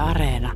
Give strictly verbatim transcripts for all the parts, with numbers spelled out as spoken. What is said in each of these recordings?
Areena.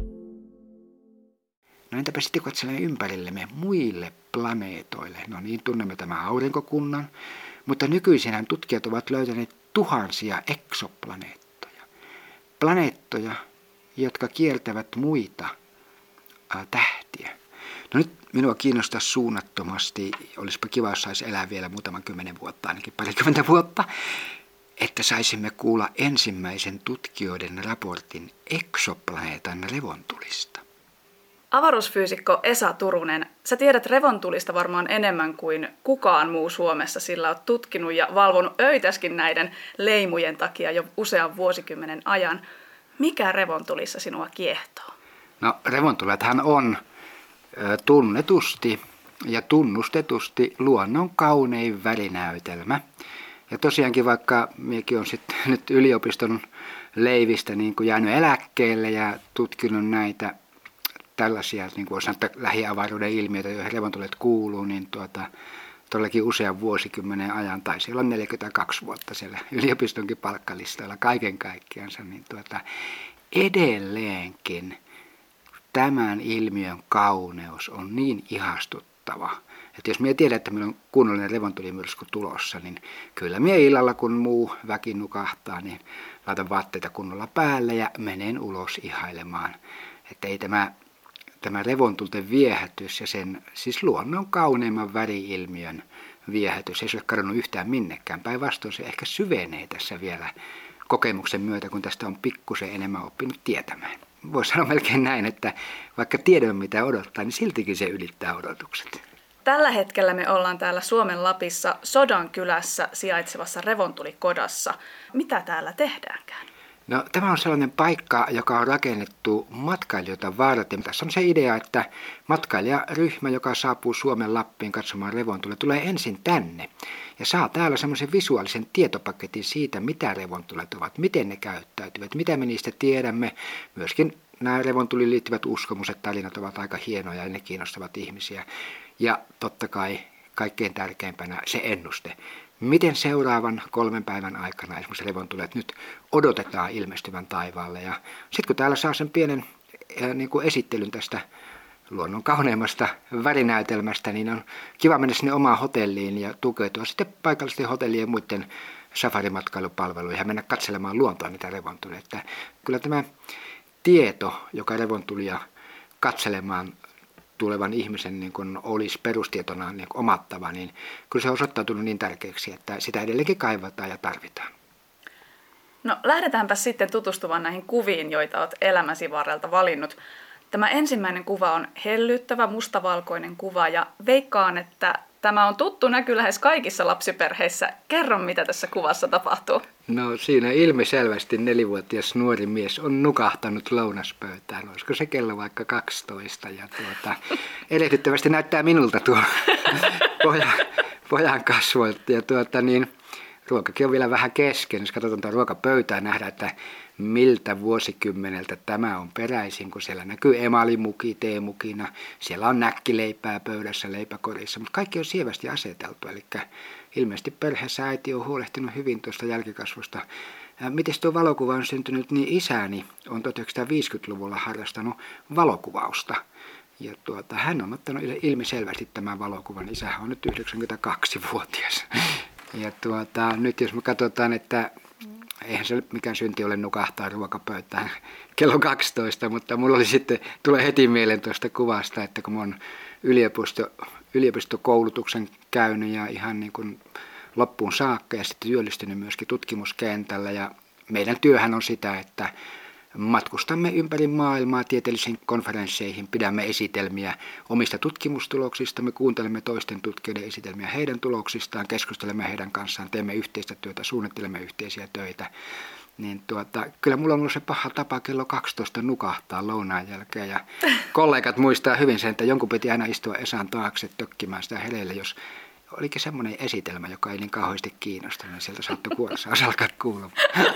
No entäpä sitten kun katselemme ympärillemme muille planeetoille? No niin, tunnemme tämän aurinkokunnan, mutta nykyisinhän tutkijat ovat löytäneet tuhansia eksoplaneettoja. Planeettoja, jotka kiertävät muita ää, tähtiä. No nyt minua kiinnostaa suunnattomasti, olisipa kiva, jos saisi elää vielä muutaman kymmenen vuotta, ainakin parikymmentä vuotta, että saisimme kuulla ensimmäisen tutkijoiden raportin eksoplaneetan revontulista. Avaruusfyysikko Esa Turunen, sä tiedät revontulista varmaan enemmän kuin kukaan muu Suomessa, sillä oot tutkinut ja valvonut öitäskin näiden leimujen takia jo usean vuosikymmenen ajan. Mikä revontulissa sinua kiehtoo? No revontulethan on ö, tunnetusti ja tunnustetusti luonnon kaunein värinäytelmä. Ja tosiaankin vaikka minäkin olen sitten nyt yliopiston leivistä niin kuin jäänyt eläkkeelle ja tutkinut näitä tällaisia, niin kuin voisi sanoa, lähiavaruuden ilmiöitä, joihin revontulet kuuluu, niin tuota, todellakin usean vuosikymmenen ajan, taisi olla neljäkymmentäkaksi vuotta siellä yliopistonkin palkkalistoilla kaiken kaikkiansa, niin tuota, edelleenkin tämän ilmiön kauneus on niin ihastuttava, että jos minä tiedän, että meillä on kunnollinen revontulimyrsky tulossa, niin kyllä minä illalla, kun muu väki nukahtaa, niin laitan vaatteita kunnolla päälle ja menen ulos ihailemaan. Että ei tämä, tämä revontulten viehätys ja sen siis luonnon kauneimman väri-ilmiön viehätys ei ole kadonnut yhtään minnekään. Päinvastoin se ehkä syvenee tässä vielä kokemuksen myötä, kun tästä on pikkusen enemmän oppinut tietämään. Voisi sanoa melkein näin, että vaikka tiedämme mitä odottaa, niin siltikin se ylittää odotukset. Tällä hetkellä me ollaan täällä Suomen Lapissa Sodankylässä sijaitsevassa revontulikohdassa. Mitä täällä tehdäänkään? No, tämä on sellainen paikka, joka on rakennettu matkailijoita varten. Tässä on se idea, että matkailijaryhmä, joka saapuu Suomen Lappiin katsomaan revontulia, tulee ensin tänne ja saa täällä semmoisen visuaalisen tietopaketin siitä, mitä revontulet ovat, miten ne käyttäytyvät, mitä me niistä tiedämme. Myöskin nämä revontuliin liittyvät uskomukset, tarinat ovat aika hienoja ja ne kiinnostavat ihmisiä. Ja totta kai kaikkein tärkeimpänä se ennuste. Miten seuraavan kolmen päivän aikana esimerkiksi revontulet nyt odotetaan ilmestyvän taivaalle. Ja sitten kun täällä saa sen pienen äh, niin kuin esittelyn tästä luonnon kauneimmasta värinäytelmästä, niin on kiva mennä sinne omaan hotelliin ja tukeutua sitten paikallisten hotellien ja muiden safarimatkailupalveluihin ja mennä katselemaan luontoa niitä revontulia. Että kyllä tämä tieto, joka revontulia katselemaan tulevan ihmisen niin kun olisi perustietona niin kun omattava, niin kyllä se on osoittautunut niin tärkeäksi, että sitä edelleenkin kaivataan ja tarvitaan. No lähdetäänpä sitten tutustumaan näihin kuviin, joita olet elämäsi varrelta valinnut. Tämä ensimmäinen kuva on hellyttävä mustavalkoinen kuva ja veikkaan, että tämä on tuttu näky lähes kaikissa lapsiperheissä. Kerro, mitä tässä kuvassa tapahtuu. No siinä ilmiselvästi nelivuotias nuori mies on nukahtanut lounaspöytään. Olisiko se kello vaikka kaksitoista ja tuota, erehdyttävästi näyttää minulta tuo pojan, pojan kasvoilta. Ja tuota, niin, ruokakin on vielä vähän kesken. Jos katsotaan tuota ruokapöytää, nähdään, että miltä vuosikymmeneltä tämä on peräisin, kun siellä näkyy emalimuki teemukina. Siellä on näkkileipää pöydässä leipäkorissa, mutta kaikki on sievästi aseteltu. Eli ilmeisesti perheessä äiti on huolehtinut hyvin tuosta jälkikasvusta. Miten tuo valokuva on syntynyt, niin isäni on tuhatyhdeksänsataaviisikymmentäluvulla harrastanut valokuvausta. Ja tuota, hän on ottanut ilmiselvästi tämän valokuvan. Isähän on nyt yhdeksänkymmentäkaksivuotias. Ja tuota, nyt jos me katsotaan, että eihän se mikään synti ole nukahtaa ruokapöytään kello kaksitoista, mutta mulla oli sitten, tulee heti mieleen tuosta kuvasta, että kun mä oon yliopisto, yliopistokoulutuksen käynyt ja ihan niin kuin loppuun saakka ja sitten työllistynyt myöskin tutkimuskentällä ja meidän työhän on sitä, että matkustamme ympäri maailmaa tieteellisiin konferensseihin, pidämme esitelmiä omista tutkimustuloksista, me kuuntelemme toisten tutkijoiden esitelmiä heidän tuloksistaan, keskustelemme heidän kanssaan, teemme yhteistä työtä, suunnittelemme yhteisiä töitä. Niin tuota, kyllä mulla on ollut se paha tapa kello kaksitoista nukahtaa lounaan jälkeen ja kollegat muistaa hyvin sen, että jonkun piti aina istua Esan taakse tökkimään sitä hereille, jos olikin semmoinen esitelmä, joka ei niin kauheasti kiinnostanut, niin sieltä saattoi kuorossa alkaa kuulumaan.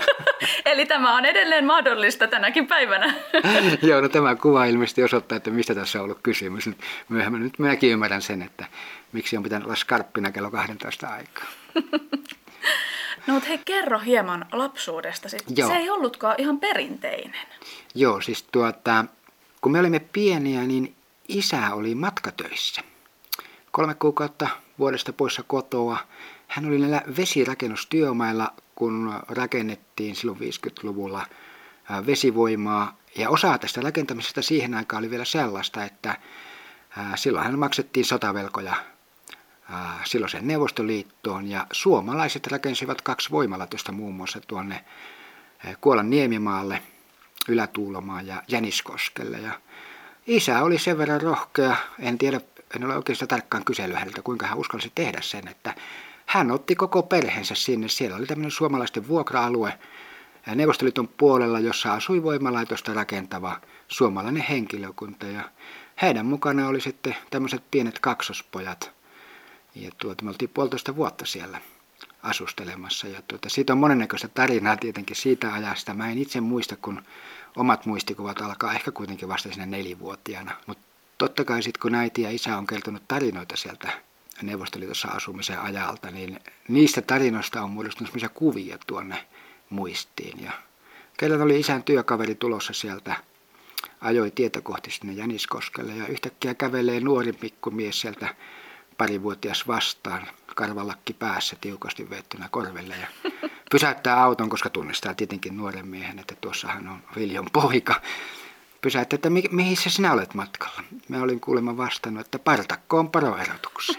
Eli tämä on edelleen mahdollista tänäkin päivänä. Joo, no tämä kuva ilmeisesti osoittaa, että mistä tässä on ollut kysymys. Nyt myöhemmin nyt minäkin ymmärrän sen, että miksi on pitänyt olla skarppina kello kaksitoista aikaa. No mutta hei, kerro hieman lapsuudesta. Se ei ollutkaan ihan perinteinen. Joo, siis tuota, kun me olimme pieniä, niin isä oli matkatöissä. Kolme kuukautta vuodesta poissa kotoa. Hän oli näillä vesirakennustyömailla, kun rakennettiin silloin viisikymmentäluvulla vesivoimaa. Ja osa tästä rakentamisesta siihen aikaan oli vielä sellaista, että silloin hän maksettiin sotavelkoja silloiseen Neuvostoliittoon. Ja suomalaiset rakensivat kaksi voimalaitosta muun muassa tuonne Kuolan Niemimaalle, Ylä-Tuulomaan ja Jäniskoskelle. Ja isä oli sen verran rohkea, en tiedä, en ole oikein sitä tarkkaan kysellyt häneltä, kuinka hän uskalsi tehdä sen, että hän otti koko perheensä sinne. Siellä oli tämmöinen suomalaisten vuokra-alue Neuvostoliiton puolella, jossa asui voimalaitosta rakentava suomalainen henkilökunta. Ja heidän mukana oli sitten tämmöiset pienet kaksospojat. Ja tuota, me oltiin puolitoista vuotta siellä asustelemassa. Ja tuota, siitä on monennäköistä tarinaa tietenkin siitä ajasta. Mä en itse muista, kun omat muistikuvat alkaa ehkä kuitenkin vasta siinä nelivuotiaana. Mutta totta kai sitten, kun äiti ja isä on kertonut tarinoita sieltä Neuvostoliitossa asumisen ajalta, niin niistä tarinoista on muodostunut sellaisia kuvia tuonne muistiin. Ja kerran oli isän työkaveri tulossa sieltä, ajoi tietä kohti sinne Jäniskoskelle ja yhtäkkiä kävelee nuori pikkumies sieltä parivuotias vastaan, karvalakki päässä tiukasti vettynä korvelle ja pysäyttää auton, koska tunnistaa tietenkin nuoren miehen, että tuossahan on Viljon poika. Pysäyttää, että mi- mihin sä sinä olet matkalla? Mä olin kuulemma vastannut, että partakkoon poroerotukseen.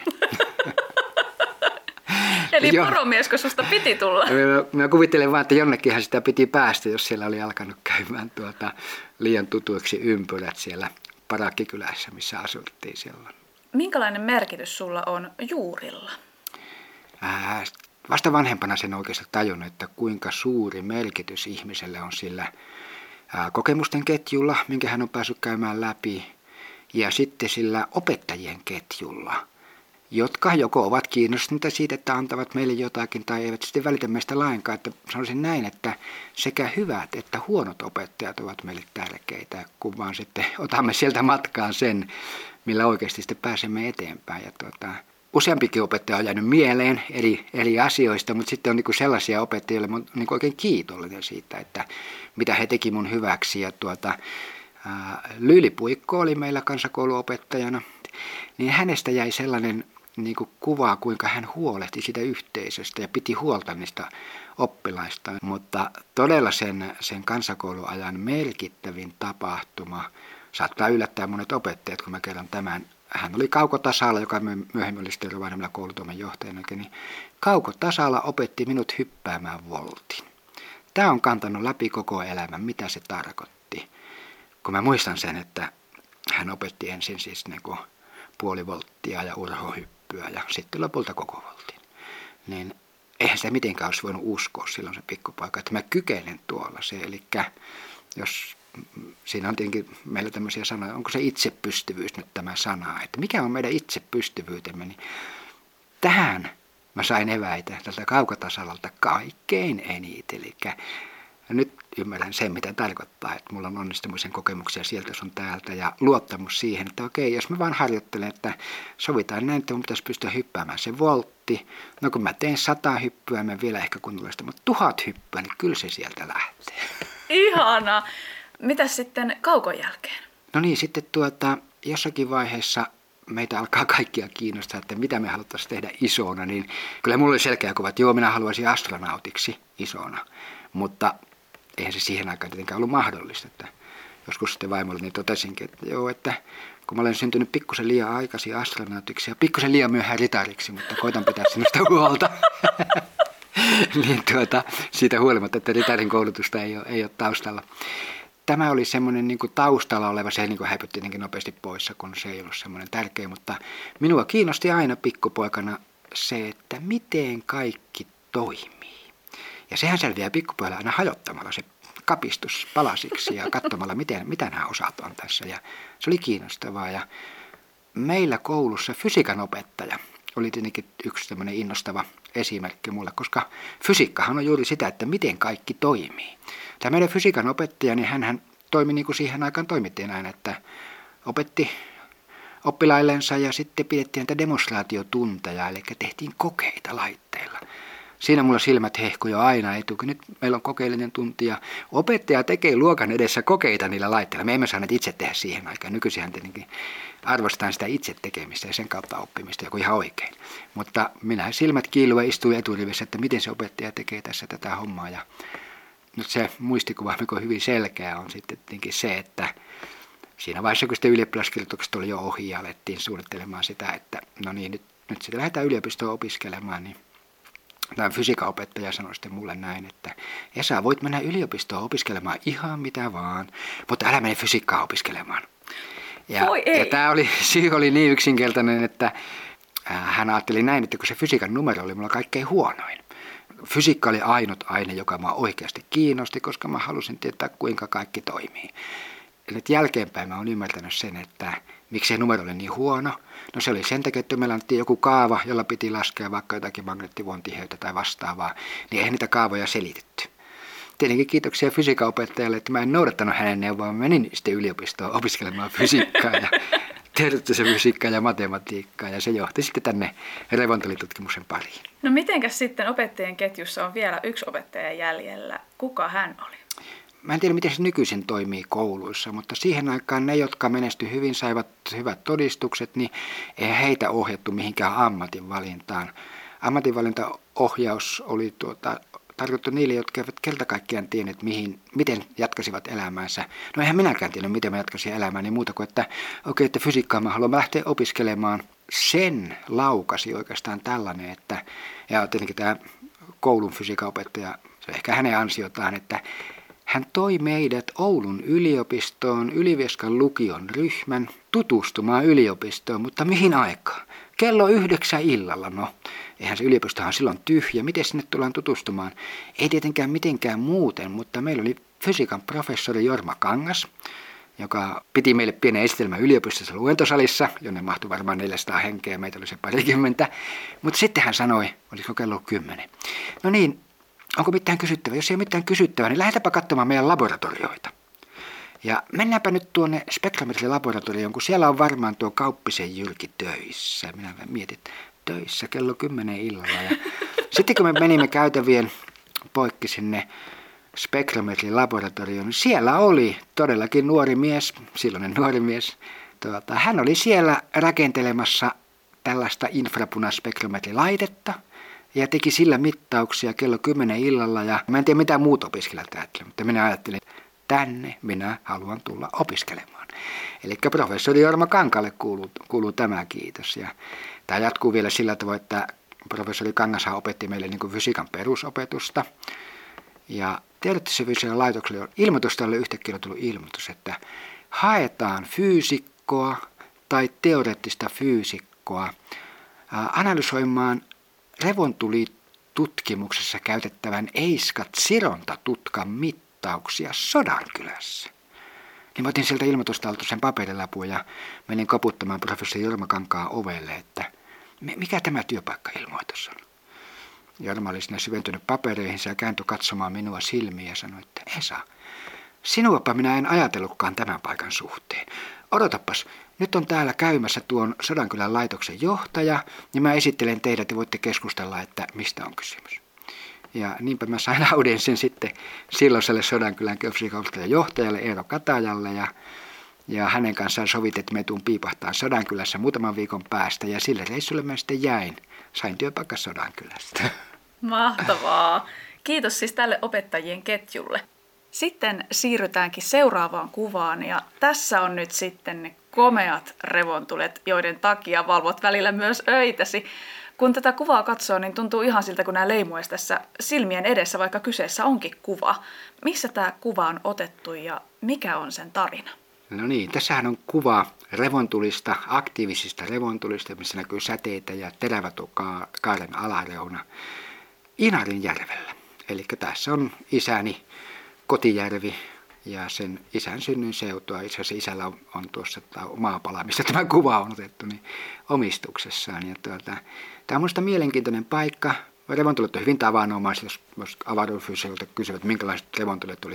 Eli poromies, kun susta piti tulla. Mä kuvittelen vaan, että jonnekinhan sitä piti päästä, jos siellä oli alkanut käymään tuota liian tutuiksi ympyrät siellä Parakkikylässä, missä asuttiin silloin. Minkälainen merkitys sulla on juurilla? Ää, vasta vanhempana sen oikeastaan tajunnut, että kuinka suuri merkitys ihmiselle on sillä ää, kokemusten ketjulla, minkä hän on päässyt käymään läpi, ja sitten sillä opettajien ketjulla, jotka joko ovat kiinnostuneita siitä, että antavat meille jotakin tai eivät sitten välitä meistä lainkaan. Että sanoisin näin, että sekä hyvät että huonot opettajat ovat meille tärkeitä, kun vaan sitten otamme sieltä matkaan sen, millä oikeasti sitten pääsemme eteenpäin. Ja tuota, useampikin opettaja on jäänyt mieleen eri, eri asioista, mutta sitten on niin kuin sellaisia opettajia, joille olen niin kuin oikein kiitollinen siitä, että mitä he teki mun hyväksi. Ja tuota, ää, Lyyli Puikko oli meillä kansakouluopettajana, niin hänestä jäi sellainen niin kuin kuvaa, kuinka hän huolehti sitä yhteisöstä ja piti huolta niistä oppilaista. Mutta todella sen, sen kansakouluajan merkittävin tapahtuma saattaa yllättää monet opettajat, kun mä kerron tämän. Hän oli Kauko Tasala, joka myöhemmin oli sitten Rovaniemellä koulutoimen johtajana. Niin Kauko Tasala opetti minut hyppäämään voltin. Tämä on kantanut läpi koko elämän, mitä se tarkoitti. Kun mä muistan sen, että hän opetti ensin siis niin kuin puoli volttia ja urhohyppyä ja sitten lopulta koko voltin. Niin eihän sitä mitenkään olisi voinut uskoa silloin se pikkupoika, että mä kykenen tuolla se. Eli jos siinä on tietenkin meillä tämmöisiä sanoja, onko se itsepystyvyys nyt tämä sana, että mikä on meidän itsepystyvyytemme, niin tähän mä sain eväitä tältä Kaukotasalalta kaikkein eniten. Eli nyt ymmärrän sen, mitä tarkoittaa, että mulla on onnistumisen kokemuksia sieltä sun täältä ja luottamus siihen, että okei, jos mä vaan harjoittelen, että sovitaan näin, että mun pitäisi pystyä hyppäämään se voltti. No kun mä teen sata hyppyä, mä vielä ehkä kunnollista, mutta tuhat hyppyä, niin kyllä se sieltä lähtee. Ihana! Mitäs sitten Kaukon jälkeen? No niin, sitten tuota, jossakin vaiheessa meitä alkaa kaikkia kiinnostaa, että mitä me haluttaisiin tehdä isona, niin kyllä mulla oli selkeä kuva, että joo, minä haluaisin astronautiksi isona, mutta eihän se siihen aikaan tietenkään ollut mahdollista. Että joskus sitten vaimolle niin totesinkin, että joo, että kun mä olen syntynyt pikkusen liian aikaisin astronautiksi ja pikkusen liian myöhään ritariksi, mutta koitan pitää sinusta huolta. niin tuota, siitä huolimatta, että ritarin koulutusta ei ole, ei ole taustalla. Tämä oli semmoinen niin kuin taustalla oleva, se niin kuin häipytti tietenkin nopeasti poissa, kun se ei ollut semmoinen tärkeä, mutta minua kiinnosti aina pikkupoikana se, että miten kaikki toimii. Ja sehän selviää pikkupojalla aina hajottamalla se kapistus palasiksi ja katsomalla, miten, mitä nämä osat on tässä. Ja se oli kiinnostavaa. Ja meillä koulussa fysiikan opettaja oli tietenkin yksi tämmöinen innostava esimerkki mulle, koska fysiikkahan on juuri sitä, että miten kaikki toimii. Tämä meidän fysiikan opettaja, niin hänhän toimi niin kuin siihen aikaan toimittiin aina, että opetti oppilaillensa ja sitten pidettiin näitä demonstraatiotunteja, eli tehtiin kokeita laitteilla. Siinä mulla silmät hehkui jo aina etukin. Nyt meillä on kokeellinen tunti ja opettaja tekee luokan edessä kokeita niillä laitteilla. Me emme saaneet itse tehdä siihen aikaan. Nykyisinhän tietenkin arvostetaan sitä itse tekemistä ja sen kautta oppimista, joku ihan oikein. Mutta minä silmät kiilua istuin eturivissä, että miten se opettaja tekee tässä tätä hommaa. Ja nyt se muistikuva, mikä on hyvin selkeä, on sitten tietenkin se, että siinä vaiheessa, kun sitten ylioppilaskirjoitukset oli jo ohi ja alettiin suunnittelemaan sitä, että no niin, nyt, nyt sitten lähdetään yliopistoon opiskelemaan, niin tämä fysiikan opettaja sanoi sitten mulle näin, että Esa, voit mennä yliopistoon opiskelemaan ihan mitä vaan, mutta älä mene fysiikkaa opiskelemaan. Ja, ja tämä oli, syy oli niin yksinkertainen, että hän ajatteli näin, että kun se fysiikan numero oli mulla kaikkein huonoin. Fysiikka oli ainut aine, joka minua oikeasti kiinnosti, koska mä halusin tietää, kuinka kaikki toimii. Ja nyt jälkeenpäin mä oon ymmärtänyt sen, että miksi se numero oli niin huono. No se oli sen takia, että meillä annettiin joku kaava, jolla piti laskea vaikka jotakin magneettivuontiheyttä tai vastaavaa, niin eihän niitä kaavoja selitetty. Tietenkin kiitoksia fysiikan opettajalle, että mä en noudattanut hänen neuvoa, mä menin sitten yliopistoon opiskelemaan fysiikkaa ja teoreettisen fysiikkaa ja matematiikkaa ja se johti sitten tänne revontulitutkimuksen pariin. No mitenkäs sitten opettajien ketjussa on vielä yksi opettaja jäljellä? Kuka hän oli? Mä en tiedä, miten se nykyisin toimii kouluissa, mutta siihen aikaan ne, jotka menestyi hyvin, saivat hyvät todistukset, niin ei heitä ohjattu mihinkään ammatinvalintaan. Ammatinvalintaohjaus oli tuota, tarkoittu niille, jotka eivät kerta kaikkiaan tienneet, mihin, miten jatkasivat elämäänsä. No eihän minäkään tiennyt, miten mä jatkaisin elämääni muuta kuin, että okei, okay, että fysiikkaa mä haluan lähteä opiskelemaan. Sen laukasi oikeastaan tällainen, että ja tietenkin tämä koulun fysiikan opettaja, se on ehkä hänen ansiotaan, että hän toi meidät Oulun yliopistoon, Ylivieskan lukion ryhmän tutustumaan yliopistoon, mutta mihin aikaan? Kello yhdeksän illalla, no eihän se yliopistohan silloin tyhjä, miten sinne tullaan tutustumaan? Ei tietenkään mitenkään muuten, mutta meillä oli fysiikan professori Jorma Kangas, joka piti meille pienen esitelmän yliopistossa luentosalissa, jonne mahtui varmaan neljäsataa henkeä, meitä oli se parikymmentä. Mutta sitten hän sanoi, olisiko kello kymmenen. No niin, onko mitään kysyttävää? Jos ei ole mitään kysyttävää, niin lähdetäänpä katsomaan meidän laboratorioita. Ja mennäänpä nyt tuonne spektrometrilaboratorioon, kun siellä on varmaan tuo Kauppisen Jyrki töissä. Minä mietin, että töissä kello kymmenen illalla. Ja sitten kun me menimme käytävien poikki sinne spektrometrilaboratorioon, niin siellä oli todellakin nuori mies, silloinen nuori mies. Tuota, hän oli siellä rakentelemassa tällaista infrapunaspektrometrilaitetta ja teki sillä mittauksia kello kymmenen illalla. Ja mä en tiedä mitä muut opiskelijat ajattelivat, mutta minä ajattelin, että tänne minä haluan tulla opiskelemaan. Eli professori Jorma Kankaalle kuuluu, kuuluu tämä kiitos. Ja tämä jatkuu vielä sillä tavoin, että professori Kangashan opetti meille niin kuin fysiikan perusopetusta. Ja teoreettisen fysiikan laitokselle ilmoitus tälle yhtäkkiä on tullut ilmoitus, että haetaan fyysikkoa tai teoreettista fyysikkoa analysoimaan revontulitutkimuksessa käytettävän Eiskat-Sironta-tutkan mittauksia Sodankylässä. Niin mä otin sieltä ilmoitusta sen paperilapun ja menin koputtamaan professori Jorma Kankaan ovelle, että mikä tämä työpaikkailmoitus on. Jorma oli sinne syventynyt papereihinsa ja kääntyi katsomaan minua silmiin ja sanoi, että Esa, sinuapa minä en ajatellutkaan tämän paikan suhteen. Odotapas, nyt on täällä käymässä tuon Sodankylän laitoksen johtaja, ja mä esittelen teidät ja voitte keskustella, että mistä on kysymys. Ja niinpä mä sain audienssin sitten silloiselle Sodankylän geofysiikan johtajalle Eero Katajalle, ja, ja hänen kanssaan sovittiin, että me tuun piipahtaan Sodankylässä muutaman viikon päästä, ja sille reissulle mä sitten jäin. Sain työpaikka Sodankylästä. Mahtavaa. Kiitos siis tälle opettajien ketjulle. Sitten siirrytäänkin seuraavaan kuvaan ja tässä on nyt sitten ne komeat revontulet, joiden takia valvot välillä myös öitäsi. Kun tätä kuvaa katsoo, niin tuntuu ihan siltä, kun nämä leimuisi tässä silmien edessä, vaikka kyseessä onkin kuva. Missä tämä kuva on otettu ja mikä on sen tarina? No niin, tässähän on kuva revontulista, aktiivisista revontulista, missä näkyy säteitä ja terävä tuo kaaren alareuna Inarinjärvellä. Eli tässä on isäni kotijärvi ja sen isän synnyin seutua. Itse asiassa isällä on, on tuossa maapala, mistä tämä kuva on otettu, niin omistuksessaan. Ja tuota, tämä on minusta mielenkiintoinen paikka. Revontulet on hyvin tavanomaiset, jos, jos avaruusfyysikolta kysyvät, minkälaiset revontulet oli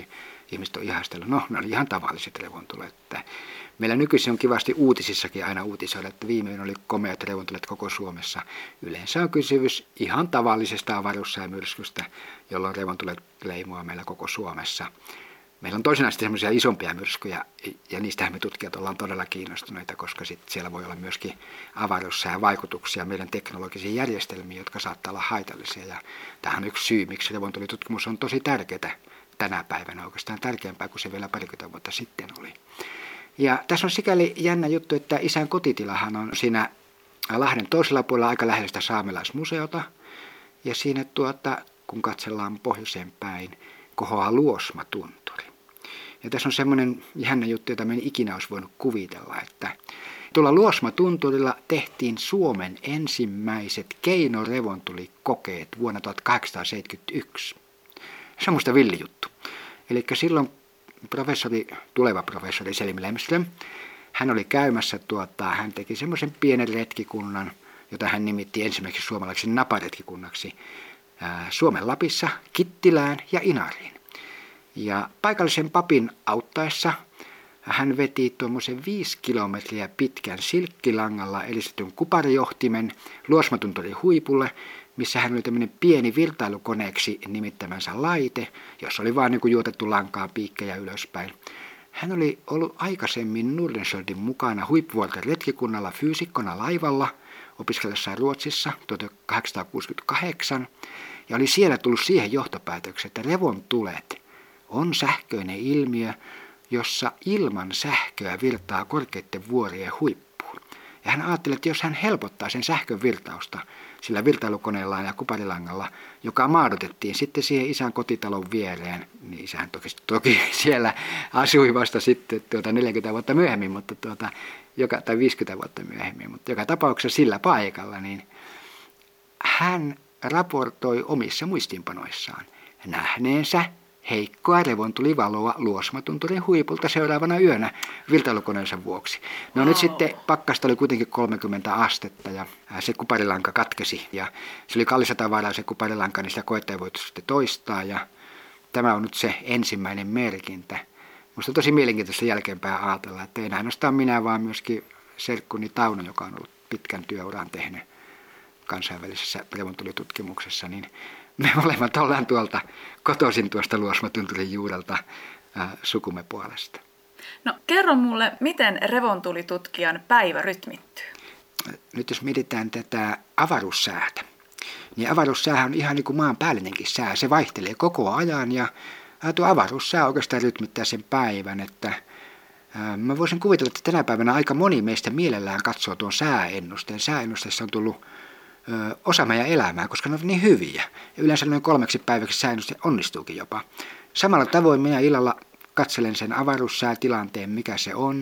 ihmiset on ihastellut. No, ne oli ihan tavalliset revontulet. Meillä nykyisin on kivasti uutisissakin aina uutisoida, että viimein oli komeat revontulet koko Suomessa. Yleensä on kysymys ihan tavallisesta avaruussäämyrskystä, jolloin revontulet leimuaa meillä koko Suomessa. Meillä on toisinaan sitten semmoisia isompia myrskyjä, ja niistähän me tutkijat ollaan todella kiinnostuneita, koska sit siellä voi olla myöskin avaruussäävaikutuksia meidän teknologisiin järjestelmiin, jotka saattaa olla haitallisia. Ja tämähän on yksi syy, miksi revontulitutkimus on tosi tärkeää tänä päivänä, oikeastaan tärkeämpää kuin se vielä parikymmentä vuotta sitten oli. Ja tässä on sikäli jännä juttu, että isän kotitilahan on siinä Lahden toisella puolella aika lähellä sitä saamelaismuseota. Ja siinä tuota, kun katsellaan pohjoiseen päin, kohoaa Luosmatunturi. Ja tässä on semmoinen jännä juttu, jota me en ikinä olisi voinut kuvitella, että tuolla Luosmatunturilla tehtiin Suomen ensimmäiset keinorevontulikkokeet vuonna tuhatkahdeksansataaseitsemänkymmentäyksi. Se on musta villi juttu. Eli silloin professori, tuleva professori Selim Lemström, hän oli käymässä, tuota, hän teki semmoisen pienen retkikunnan, jota hän nimitti ensimmäiseksi suomalaiseksi naparetkikunnaksi ää, Suomen Lapissa, Kittilään ja Inariin. Ja paikallisen papin auttaessa hän veti tuommoisen viisi kilometriä pitkän silkkilangalla eristetyn kuparijohtimen Luosmatunturin huipulle, missä hän oli tämmöinen pieni virtailukoneeksi nimittämänsä laite, jossa oli vaan niin kuin juotettu lankaa piikkejä ylöspäin. Hän oli ollut aikaisemmin Nordenskiöldin mukana huippuvuorten retkikunnalla fyysikkona laivalla opiskellessaan Ruotsissa tuhatkahdeksansataakuusikymmentäkahdeksan ja oli siellä tullut siihen johtopäätökseen, että revontulet on sähköinen ilmiö, jossa ilman sähköä virtaa korkeiden vuorien huippuun. Ja hän ajatteli, että jos hän helpottaa sen sähkön virtausta sillä virtailukoneellaan ja kuparilangalla, joka maadotettiin sitten siihen isän kotitalon viereen, niin isähän toki, toki siellä asui vasta sitten tuota neljäkymmentä vuotta myöhemmin, mutta tuota, joka, tai viisikymmentä vuotta myöhemmin, mutta joka tapauksessa sillä paikalla, niin hän raportoi omissa muistiinpanoissaan nähneensä heikkoa revontulivaloa Luosmatunturin huipulta seuraavana yönä virtailukoneensa vuoksi. No wow. Nyt sitten pakkasta oli kuitenkin kolmekymmentä astetta ja se kuparilanka katkesi ja se oli kallista tavaraa se kuparilanka, niin sitä koetta ei voitu sitten toistaa ja tämä on nyt se ensimmäinen merkintä. Minusta on tosi mielenkiintoista jälkeenpäin ajatella, että ei ainoastaan minä, vaan myöskin serkkuni Tauno, joka on ollut pitkän työuran tehnyt kansainvälisessä revontulitutkimuksessa, niin me molemmat ollaan tuolta kotoisin tuosta Luosmatunturin juurelta ää, sukumme puolesta. No kerro mulle, miten revontulitutkijan päivä rytmittyy? Nyt jos mietitään tätä avaruussäätä, niin avaruussäähän on ihan niin kuin maan päällinenkin sää. Se vaihtelee koko ajan ja ää, tuo avaruussää oikeastaan rytmittää sen päivän. Että, ää, mä voisin kuvitella, että tänä päivänä aika moni meistä mielellään katsoo tuon sääennusteen. Sääennusteessa on tullut osa meidän elämää, koska ne ovat niin hyviä. Ja yleensä noin kolmeksi päiväksi säännöstä onnistuukin jopa. Samalla tavoin minä illalla katselen sen avaruussäätilanteen, mikä se on,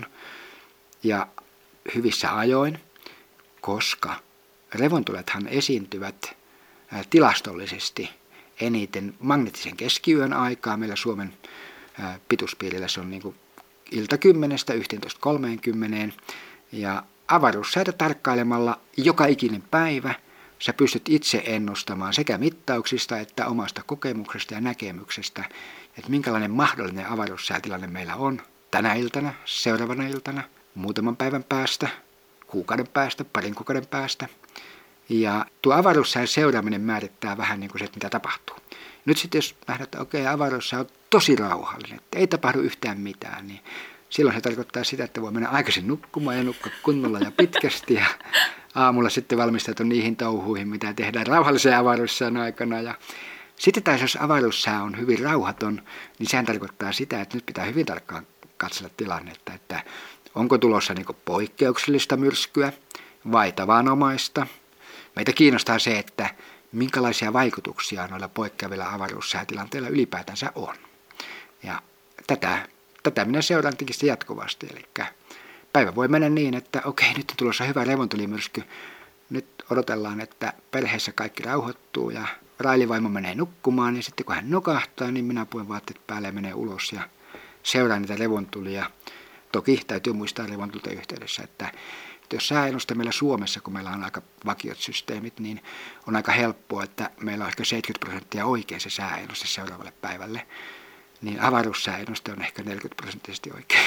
ja hyvissä ajoin, koska revontulethan esiintyvät tilastollisesti eniten magneettisen keskiyön aikaa. Meillä Suomen pituuspiirillä se on niin kuin ilta kymmenestä yhteentoista kolmeenkymmeneen, ja avaruussäätä tarkkailemalla joka ikinen päivä sä pystyt itse ennustamaan sekä mittauksista että omasta kokemuksesta ja näkemyksestä, että minkälainen mahdollinen avaruussäätilanne meillä on tänä iltana, seuraavana iltana, muutaman päivän päästä, kuukauden päästä, parin kuukauden päästä. Ja tuo avaruussään seuraaminen määrittää vähän niin kuin se, että mitä tapahtuu. Nyt sitten jos nähdään, että okei, avaruussää on tosi rauhallinen, että ei tapahdu yhtään mitään, niin silloin se tarkoittaa sitä, että voi mennä aikaisin nukkumaan ja nukkua kunnolla ja pitkästi ja aamulla sitten valmistautua niihin touhuihin, mitä tehdään rauhallisen avaruussään aikana. Ja sitten taas jos avaruussää on hyvin rauhaton, niin sehän tarkoittaa sitä, että nyt pitää hyvin tarkkaan katsella tilannetta, että onko tulossa niin kuin poikkeuksellista myrskyä vai tavanomaista. Meitä kiinnostaa se, että minkälaisia vaikutuksia noilla poikkeavilla avaruussäätilanteilla ylipäätänsä on. Ja tätä Tätä minä seuraan tietysti jatkuvasti, eli päivä voi mennä niin, että okei, nyt on tulossa hyvä revontulimyrsky. Nyt odotellaan, että perheessä kaikki rauhoittuu ja railivaimo menee nukkumaan. Ja sitten kun hän nukahtaa, niin minä puhun vaatteet päälle ja menee ulos ja seuraan niitä revontulia. Toki täytyy muistaa revontulten yhteydessä, että jos sääennuste meillä Suomessa, kun meillä on aika vakiot systeemit, niin on aika helppoa, että meillä on ehkä seitsemänkymmentä prosenttia oikein se sääennuste seuraavalle päivälle. niin avaruussääennuste on ehkä neljäkymmentä prosenttisesti oikein.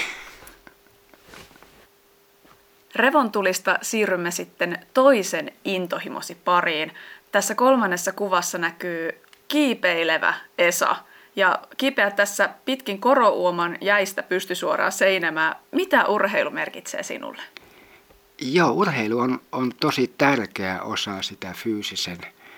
Revontulista siirrymme sitten toisen intohimosi pariin. Tässä kolmannessa kuvassa näkyy kiipeilevä Esa. Ja kipeä tässä pitkin korouoman jäistä pystysuoraan seinämää. Mitä urheilu merkitsee sinulle? Joo, urheilu on, on tosi tärkeä osa sitä fyysisen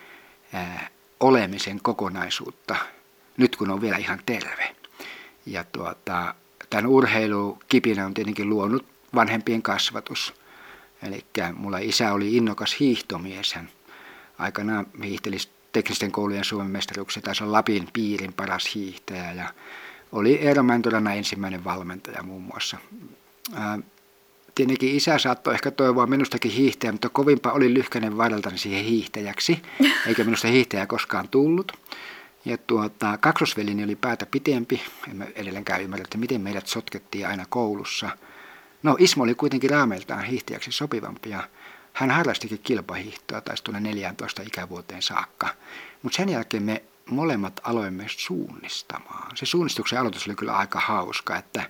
ää, olemisen kokonaisuutta, nyt kun on vielä ihan terve. Ja tuota, tämän urheilukipinä on tietenkin luonut vanhempien kasvatus. Eli mulla isä oli innokas hiihtomies. Hän aikanaan hiihteli teknisten koulujen Suomen mestaruuksia, taisi olla Lapin piirin paras hiihtäjä ja oli Eero Mäntyrannan ensimmäinen valmentaja muun muassa. Ää, tietenkin isä saattoi ehkä toivoa minustakin hiihtäjä, mutta kovinpa oli lyhkäinen varreltani siihen hiihtäjäksi, eikä minusta hiihtäjä koskaan tullut. Ja tuota, kaksosvelini oli päätä pitempi, en mä edelleenkään ymmärrä, että miten meidät sotkettiin aina koulussa. No Ismo oli kuitenkin raameiltaan hiihtäjäksi sopivampi ja hän harrastikin kilpahiihtoa, taisi tuonne neljätoista ikävuoteen saakka. Mutta sen jälkeen me molemmat aloimme suunnistamaan. Se suunnistuksen aloitus oli kyllä aika hauska, että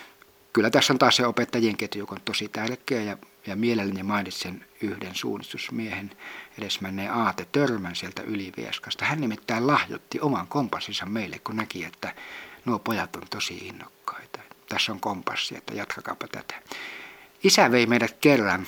kyllä tässä on taas se opettajien ketju, joka on tosi tärkeä ja, ja mielelläni mainitsen yhden suunnistusmiehen edesmänneen Aate Törmän sieltä Ylivieskasta. Hän nimittäin lahjoitti oman kompassinsa meille, kun näki, että nuo pojat on tosi innokkaita. Tässä on kompassi, että jatkakaapa tätä. Isä vei meidät kerran,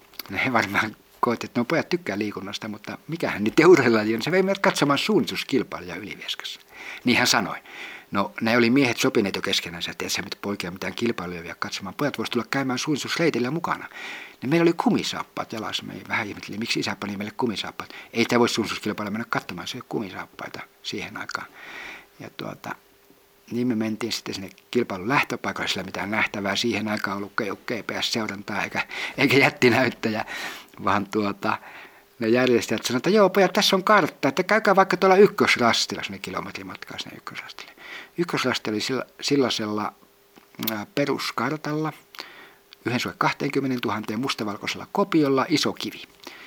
he varmaan koitti, että nuo pojat tykkää liikunnasta, mutta mikähän niiden urheilulaji on. Se vei meidät katsomaan suunnituskilpailuja Ylivieskassa. Niin hän sanoi. No ne oli miehet sopineet jo keskenänsä, että ei se poikia mitään kilpailuja vielä katsomaan. Pojat voisivat tulla käymään suunnitusreitillä mukana. Niin meillä oli kumisaappaat jalassa. Me vähän ihmetteli, miksi isä pani meille kumisaappaat. Ei tämä voi suunnituskilpailuja mennä katsomaan, se ei ole kumisaappaita siihen aikaan. Ja tuota, niin me mentiin sitten sinne kilpailun lähtöpaikalle, sillä mitään nähtävää siihen aikaan ollut G P S-seurantaa eikä, eikä jättinäyttäjä, vaan tuota, ne järjestäjät sanoivat, että joo pojat, tässä on kartta, että käykää vaikka tuolla ykkösrastilla, sinne kilometrin matkaa sinne ykkösrastille. Ykkösrasti oli sellaisella peruskartalla, yhden suhde kaksikymmentätuhatta mustavalkoisella kopiolla, iso kivi,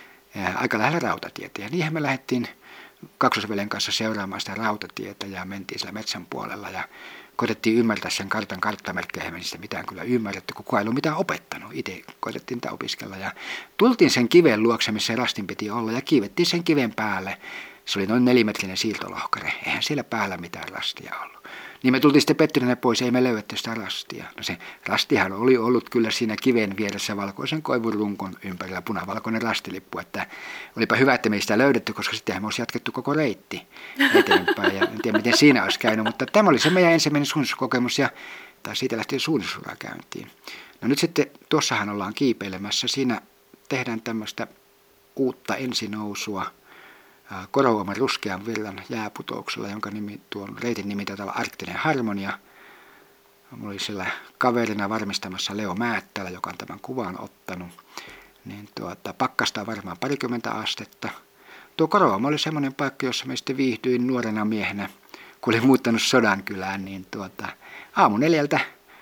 aika lähellä rautatietä. Ja niinhän me lähdettiin kaksosveljen kanssa seuraamaan sitä rautatietä ja mentiin siellä metsän puolella ja koitettiin ymmärtää sen kartan karttamerkkejä, eihän sitä mitään kyllä ymmärretty, kun kukaan ei ollut mitään opettanut. Itse koitettiin tätä opiskella ja tultiin sen kiven luokse, missä rastin piti olla ja kiivettiin sen kiven päälle. Se oli noin nelimetrinen siirtolohkare, eihän siellä päällä mitään rastia ollut. Niin me tultiin sitten pettyneenä pois, ei me löydetty sitä rastia. No se rastihan oli ollut kyllä siinä kiven vieressä valkoisen koivun runkon ympärillä punavalkoinen rastilippu, että olipa hyvä, että me ei sitä löydetty, koska sittenhän me olisi jatkettu koko reitti eteenpäin ja en tiedä miten siinä olisi käynyt, mutta tämä oli se meidän ensimmäinen suunnistuskokemus ja tai siitä lähtien suunnistusura käyntiin. No nyt sitten tuossahan ollaan kiipeilemässä, siinä tehdään tämmöistä uutta ensinousua Korouoman ruskean virran jääputouksella, jonka nimi, tuon reitin nimi taitaa olla Arktinen harmonia. Mulla oli siellä kaverina varmistamassa Leo Määttälä, joka on tämän kuvan ottanut. Niin tuota, pakkasta on varmaan parikymmentä astetta. Tuo Korouoma oli semmoinen paikka, jossa me sitten viihdyin nuorena miehenä, kun olin muuttanut Sodankylään, niin tuota, aamu neljältä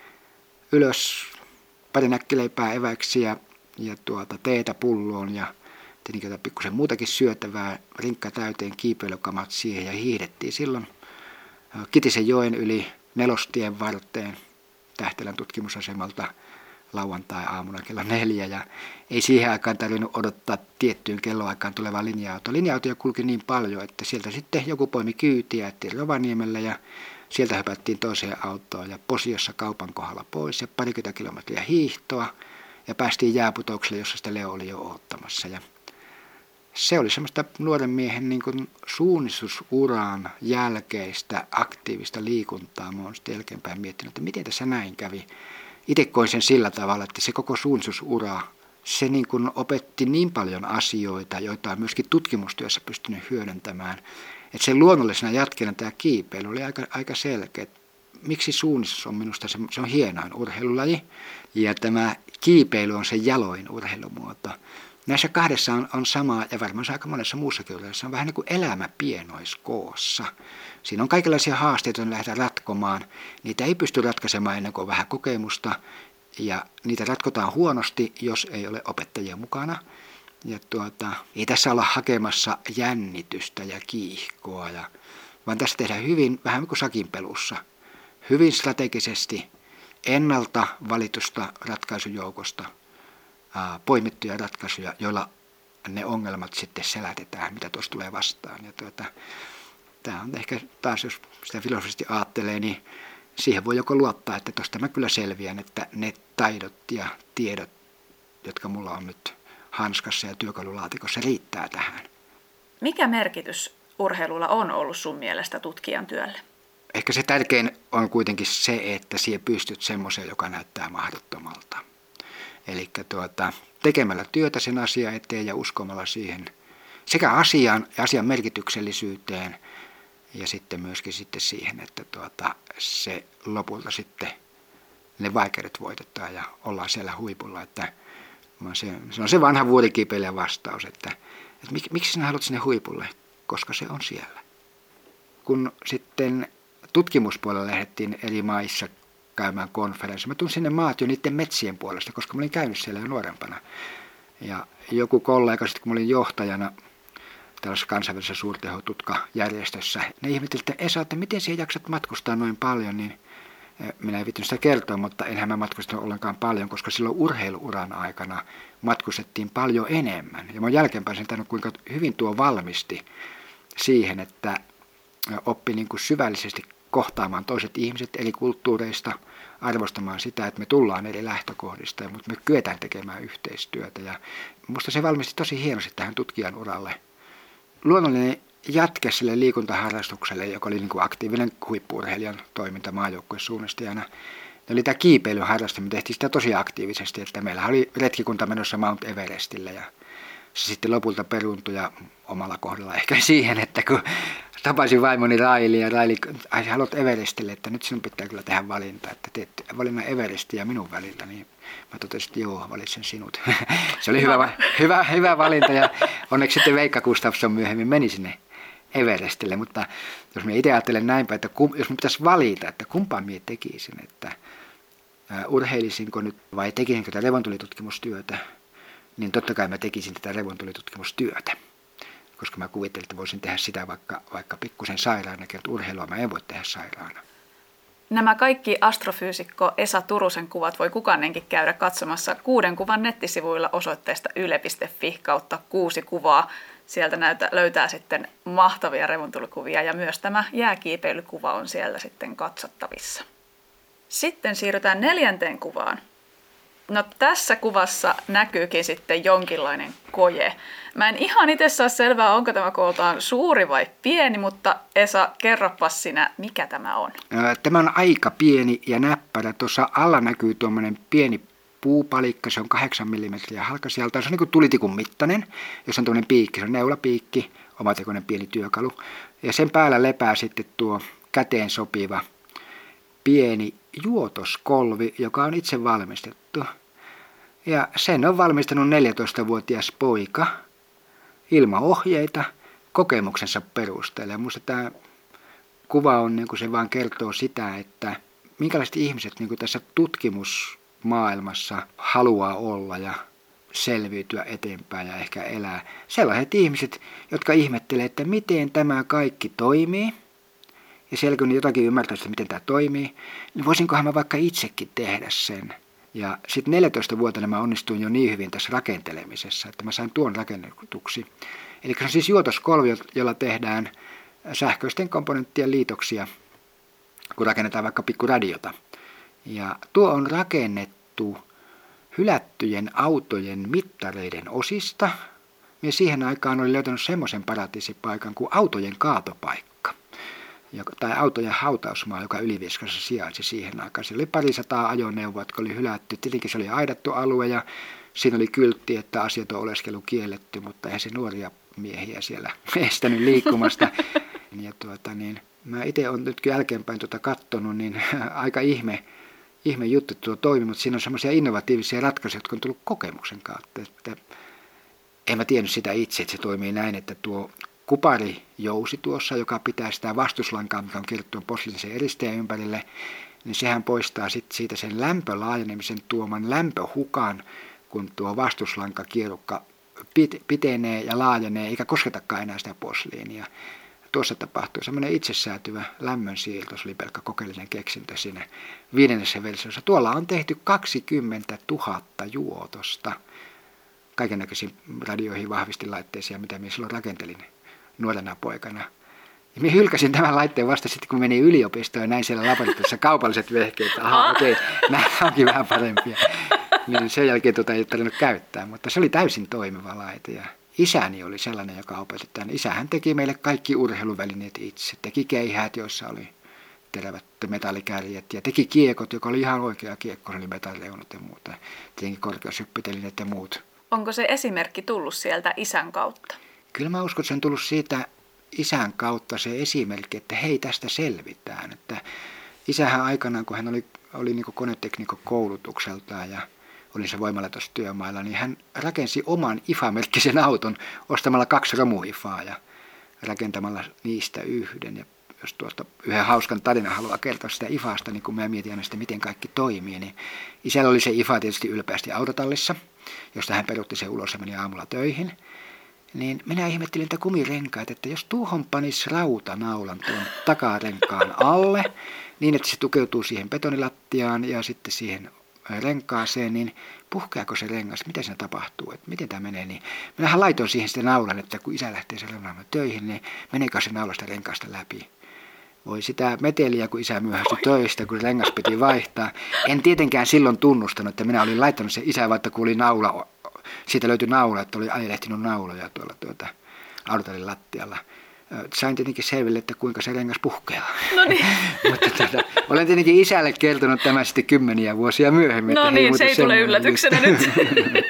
ylös, pari näkkileipää eväksi ja, ja tuota, teetä pulloon ja tietenkin jotain pikkusen muutakin syötävää, rinkka täyteen, kiipeilykamat siihen ja hiihdettiin silloin Kitisen joen yli Nelostien varteen Tähtelän tutkimusasemalta lauantai-aamuna kello neljä ja ei siihen aikaan tarvinnut odottaa tiettyyn kelloaikaan tulevaa linja-autoa. Linja-autoja kulki niin paljon, että sieltä sitten joku poimi kyytiä, jättiin Rovaniemelle ja sieltä hypättiin toiseen autoon ja Posiossa kaupan kohdalla pois ja parikymmentä kilometriä hiihtoa ja päästiin jääputoukselle, jossa sitä Leo oli jo odottamassa. Ja se oli semmoista nuoren miehen niin kuin suunnistusuraan jälkeistä aktiivista liikuntaa. Mä oon sitten jälkeenpäin miettinyt, että miten tässä näin kävi. Itse koin sen sillä tavalla, että se koko suunnistusura, se niin kuin opetti niin paljon asioita, joita on myöskin tutkimustyössä pystynyt hyödyntämään. Että sen luonnollisena jatkeena tämä kiipeily oli aika, aika selkeä. Miksi suunnistus on minusta se, se on hienoin urheilulaji ja tämä kiipeily on se jaloin urheilumuoto. Näissä kahdessa on, on sama, ja varmaan aika monessa muussakin urheilussa on vähän niin kuin elämä pienoiskoossa. Siinä on kaikenlaisia haasteita, joita lähdetään ratkomaan. Niitä ei pysty ratkaisemaan ennen kuin on vähän kokemusta, ja niitä ratkotaan huonosti, jos ei ole opettajia mukana. Ja tuota, ei tässä olla hakemassa jännitystä ja kiihkoa, ja, vaan tässä tehdään hyvin, vähän niin kuin sakinpelussa. hyvin strategisesti ennalta valitusta ratkaisujoukosta ää, poimittuja ratkaisuja, joilla ne ongelmat sitten selätetään, mitä tuossa tulee vastaan. Ja tuota, tämä on ehkä taas, jos sitä filosofisesti ajattelee, niin siihen voi joko luottaa, että tuosta mä kyllä selviän, että ne taidot ja tiedot, jotka mulla on nyt hanskassa ja työkalulaatikossa, riittää tähän. Mikä merkitys urheilulla on ollut sun mielestä tutkijan työlle? Ehkä se tärkein on kuitenkin se, että siihen pystyt semmoiseen, joka näyttää mahdottomalta. Eli tuota, tekemällä työtä sen asian eteen ja uskomalla siihen sekä asian ja asian merkityksellisyyteen ja sitten myöskin sitten siihen, että tuota, se lopulta sitten ne vaikeudet voitetaan ja ollaan siellä huipulla. Että se, se on se vanha vuorikiipeilijän vastaus, että, että mik, miksi sinä haluat sinne huipulle, koska se on siellä. Kun sitten tutkimuspuolella lähdettiin eri maissa käymään konferenssia, mä tulin sinne maat jo niiden metsien puolesta, koska mä olin käynyt siellä jo nuorempana. Ja joku kollega, sitten kun mä olin johtajana tällaisessa kansainvälisessä suurtehotutkajärjestössä, ne ihmetteli, että Esa, että miten sinä jaksat matkustaa noin paljon, niin minä en viittynyt sitä kertoa, mutta enhän mä matkustanut ollenkaan paljon, koska silloin urheiluuran aikana matkustettiin paljon enemmän. Ja mä oon jälkeenpäin sen tainnut, kuinka hyvin tuo valmisti siihen, että oppi niin kuin syvällisesti kohtaamaan toiset ihmiset eri kulttuureista, arvostamaan sitä, että me tullaan eri lähtökohdista, mutta me kyetään tekemään yhteistyötä. Ja musta se valmisti tosi hienosti tähän tutkijan uralle. Luonnollinen jatke sille liikuntaharrastukselle, joka oli niin kuin aktiivinen huippu-urheilijan toiminta maajoukkuesuunnistajana, oli tämä kiipeilyharraste. Me tehtiin sitä tosi aktiivisesti, että meillä oli retkikunta menossa Mount Everestille ja se sitten lopulta peruuntui ja omalla kohdalla ehkä siihen, että kun tapasin vaimoni Raili ja Raili, ai sä haluat Everestille, että nyt sinun pitää kyllä tehdä valinta, että teet valinnan Everestin ja minun välillä, niin mä totesin, että joo, valitsen sinut. Se oli hyvä, hyvä, hyvä valinta ja onneksi sitten Veikka Gustafsson myöhemmin meni sinne Everestille, mutta jos minä itse ajattelen näinpä, että kum, jos minä pitäisi valita, että kumpaan minä tekisin, että uh, urheilisinko nyt vai tekisinkö tätä revontulitutkimustyötä, niin totta kai mä tekisin tätä revontulitutkimustyötä, koska mä kuvittelin, että voisin tehdä sitä vaikka, vaikka pikkusen sairaana, että urheilua mä en voi tehdä sairaana. Nämä kaikki astrofyysikko Esa Turusen kuvat voi kukainenkin käydä katsomassa kuuden kuvan nettisivuilla osoitteesta yle piste fi kautta kuusi kuvaa. Sieltä näytä, löytää sitten mahtavia revontulikuvia ja myös tämä jääkiipeilykuva on siellä sitten katsottavissa. Sitten siirrytään neljänteen kuvaan. No tässä kuvassa näkyykin sitten jonkinlainen koje. Mä en ihan itse saa selvää, onko tämä kooltaan suuri vai pieni, mutta Esa, kerropas sinä, mikä tämä on. Tämä on aika pieni ja näppärä. Tuossa alla näkyy tuommoinen pieni puupalikka, se on kahdeksan millimetriä halkasijalta. Se on niin kuin tulitikun mittainen, jos on tuommoinen piikki, se on neulapiikki, omatekoinen pieni työkalu. Ja sen päällä lepää sitten tuo käteen sopiva pieni juotoskolvi, joka on itse valmistettu. Ja sen on valmistanut neljätoistavuotias poika ilman ohjeita kokemuksensa perusteella. Ja minusta tämä kuva on, niin kuin se vaan kertoo sitä, että minkälaiset ihmiset niin kuin tässä tutkimusmaailmassa haluaa olla ja selviytyä eteenpäin ja ehkä elää. Sellaiset ihmiset, jotka ihmettelee, että miten tämä kaikki toimii. Ja siellä kun jotakin ymmärtää, että miten tämä toimii, niin voisinkohan mä vaikka itsekin tehdä sen. Ja sitten neljätoistavuotiaana mä onnistuin jo niin hyvin tässä rakentelemisessa, että mä sain tuon rakennetuksi. Eli se on siis juotoskolvi, jolla tehdään sähköisten komponenttien liitoksia, kun rakennetaan vaikka pikkuradiota. Ja tuo on rakennettu hylättyjen autojen mittareiden osista. Ja siihen aikaan oli löytänyt semmoisen paratiisipaikan kuin autojen kaatopaikka. Tai autojen hautausmaa, joka Ylivieskassa sijaitsi siihen aikaan. Siellä oli parisataa ajoneuvoa, jotka oli hylätty. Tietenkin se oli aidattu alue ja siinä oli kyltti, että asiat on oleskelu kielletty, mutta eihän se nuoria miehiä siellä estänyt liikkumasta. Ja tuota, niin, mä itse olen nyt jälkeenpäin tuota katsonut, niin aika ihme, ihme juttu tuo toimi, mutta siinä on semmoisia innovatiivisia ratkaisuja, jotka on tullut kokemuksen kautta. Että en mä tiennyt sitä itse, että se toimii näin, että tuo kuparijousi tuossa, joka pitää sitä vastuslankaa, mikä on kirjoittu posliinisen eristeen ympärille, niin sehän poistaa sit siitä sen lämpölaajenemisen tuoman lämpöhukan, kun tuo vastuslankakielukka pitenee ja laajenee, eikä kosketakaan enää sitä posliinia. tuossa tapahtui semmoinen itsesäätyvä lämmönsiirto, se oli pelkkä kokeellinen keksintö siinä viidennessä versiossa. Tuolla on tehty kaksikymmentätuhatta juotosta kaikennäköisiin radioihin, vahvistilaitteisiin ja mitä minä silloin rakentelin nuorena poikana. Ja minä hylkäsin tämän laitteen vasta sitten, kun menin yliopistoon ja näin siellä laboratoriossa kaupalliset vehkeet. Aha, okei, okay, nämä onkin vähän parempia. Niin sen jälkeen tuota ei tarvinnut käyttää, mutta se oli täysin toimiva laite. Ja isäni oli sellainen, joka opetti tämän. Isähän teki meille kaikki urheiluvälineet itse. Teki keihäät, joissa oli terävät metallikärjet. Ja teki kiekot, joka oli ihan oikea kiekko, oli metallireunat ja muuta. Tietenkin korkeushyppytelineet ja muut. Onko se esimerkki tullut sieltä isän kautta? Kyllä mä uskon, että se on tullut siitä isän kautta se esimerkki, että hei, tästä selvitään. Että isähän aikanaan, kun hän oli, oli niin koneteknikko koulutukseltaan ja oli se voimalaitostyömailla, niin hän rakensi oman I F A-merkkisen auton ostamalla kaksi romu-IFAa ja rakentamalla niistä yhden. Ja jos tuosta yhden hauskan tarinan haluaa kertoa sitä IFAsta, niin kun mä mietin aina sitä, miten kaikki toimii, niin isällä oli se IFA tietysti ylpeästi autotallissa, josta hän peruutti sen ulos ja meni aamulla töihin. Niin minä ihmettelin niitä kumirenkaita, että jos tuohon panisi rautanaulan tuon takarenkaan alle, niin että se tukeutuu siihen betonilattiaan ja sitten siihen renkaaseen, niin puhkeako se rengas, mitä siinä tapahtuu, että miten tämä menee, niin minähän laitoin siihen sitten naulan, että kun isä lähtee sellainen töihin, niin meneekö se naulasta renkaasta läpi. Voi sitä meteliä, kun isä myöhästyi töistä, kun rengas piti vaihtaa. En tietenkään silloin tunnustanut, että minä olin laittanut se isä, vaikka kun oli naula, siitä löytyi naula, että oli ajelehtinut nauloja tuolla tuota, autotallin lattialla. Sain tietenkin selville, että kuinka se rengas puhkeaa. No niin. Mutta tuota, olen tietenkin isälle kertonut tämän sitten kymmeniä vuosia myöhemmin. No niin, se ei tule yllätyksenä nyt. nyt.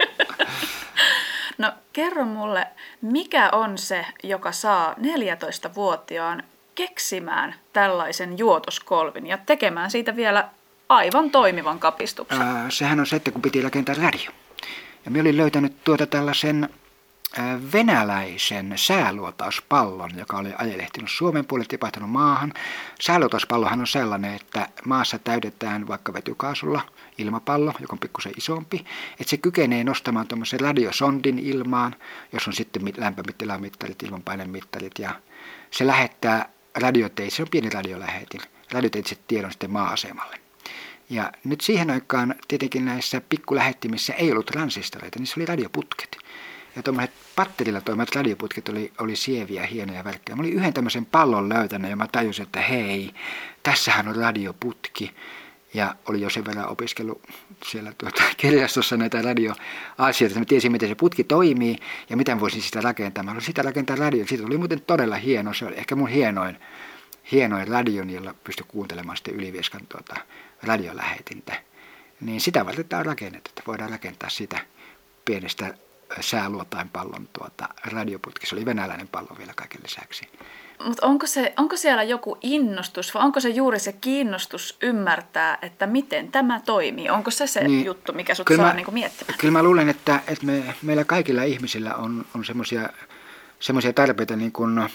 No kerro mulle, mikä on se, joka saa neljätoistavuotiaan keksimään tällaisen juotoskolvin ja tekemään siitä vielä aivan toimivan kapistuksen? Äh, sehän on se, että kun piti rakentaa radio. Ja minä olin löytänyt tuota tällaisen venäläisen sääluotauspallon, joka oli ajelehtinut Suomen puolelle tipahtanut maahan. Sääluotauspallohan on sellainen, että maassa täydetään vaikka vetykaasulla ilmapallo, joka on pikkusen isompi, että se kykenee nostamaan tuommoisen radiosondin ilmaan, jos on sitten lämpötilamittarit, ilmanpainemittarit, ja se lähettää radioteitse, se on pieni radiolähetin, radioteitse tiedon sitten maa-asemalle. Ja nyt siihen aikaan tietenkin näissä pikkulähettimissä ei ollut transistoreita, niissä oli radioputket. Ja tuommoiset patterilla toimivat radioputket oli, oli sieviä, hienoja värkkejä. Mä olin yhden tämmöisen pallon löytänyt ja mä tajusin, että hei, tässähän on radioputki. Ja olin jo sen verran opiskellut siellä tuota, kirjastossa näitä radioasioita, että mä tiesin, miten se putki toimii ja mitä voisin sitä rakentaa. Mä haluaisin sitä rakentaa radio. Siitä oli muuten todella hieno. Se oli ehkä mun hienoin, hienoin radio, jolla pystyi kuuntelemaan sitten Ylivieskan tuota, radiolähetintä. Niin sitä varten tämä on rakennettu, että voidaan rakentaa sitä pienestä sääluotain pallon tuota, radioputki. Se oli venäläinen pallo vielä kaiken lisäksi. Mutta onko, se, onko siellä joku innostus vai onko se juuri se kiinnostus ymmärtää, että miten tämä toimii? Onko se se niin, juttu, mikä sut saa mä, niinku miettimään? Kyllä mä luulen, että, että me, meillä kaikilla ihmisillä on, on semmoisia tarpeita niin kuin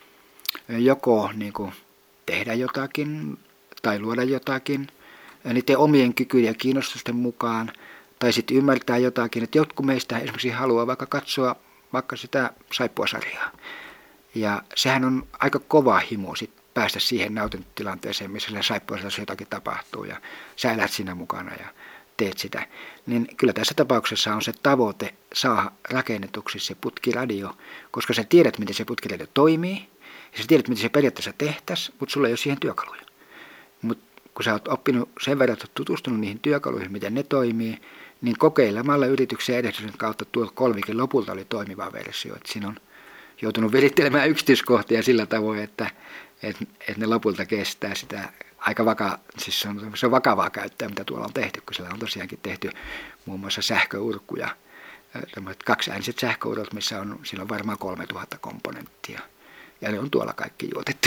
joko niin kuin tehdä jotakin tai luoda jotakin niiden omien kykyjen ja kiinnostusten mukaan. Tai sitten ymmärtää jotakin, että jotkut meistä esimerkiksi haluaa vaikka katsoa vaikka sitä saippuasarjaa. Ja sehän on aika kova himo sit päästä siihen nautintotilanteeseen, missä sillä saippuasarjassa jotakin tapahtuu ja sä elät siinä mukana ja teet sitä. Niin kyllä tässä tapauksessa on se tavoite saada rakennetuksi se putkiradio, koska sä tiedät, miten se putkiradio toimii ja sä tiedät, miten se periaatteessa tehtäisiin, mutta sulla ei ole siihen työkaluja. Mutta kun sä oot oppinut sen verran, että oot tutustunut niihin työkaluihin, miten ne toimii, niin kokeilemalla yrityksen edistyksen kautta tuo kolmikin lopulta oli toimiva versio. Että siinä on joutunut virittelemään yksityiskohtia sillä tavoin, että, että, että ne lopulta kestää sitä aika vaka, siis se on, se on vakavaa käyttää, mitä tuolla on tehty, kun siellä on tosiaankin tehty muun muassa sähköurkkuja, kaksiääniset sähköurot, missä on, siinä on varmaan kolmetuhatta komponenttia, ja ne on tuolla kaikki juotettu.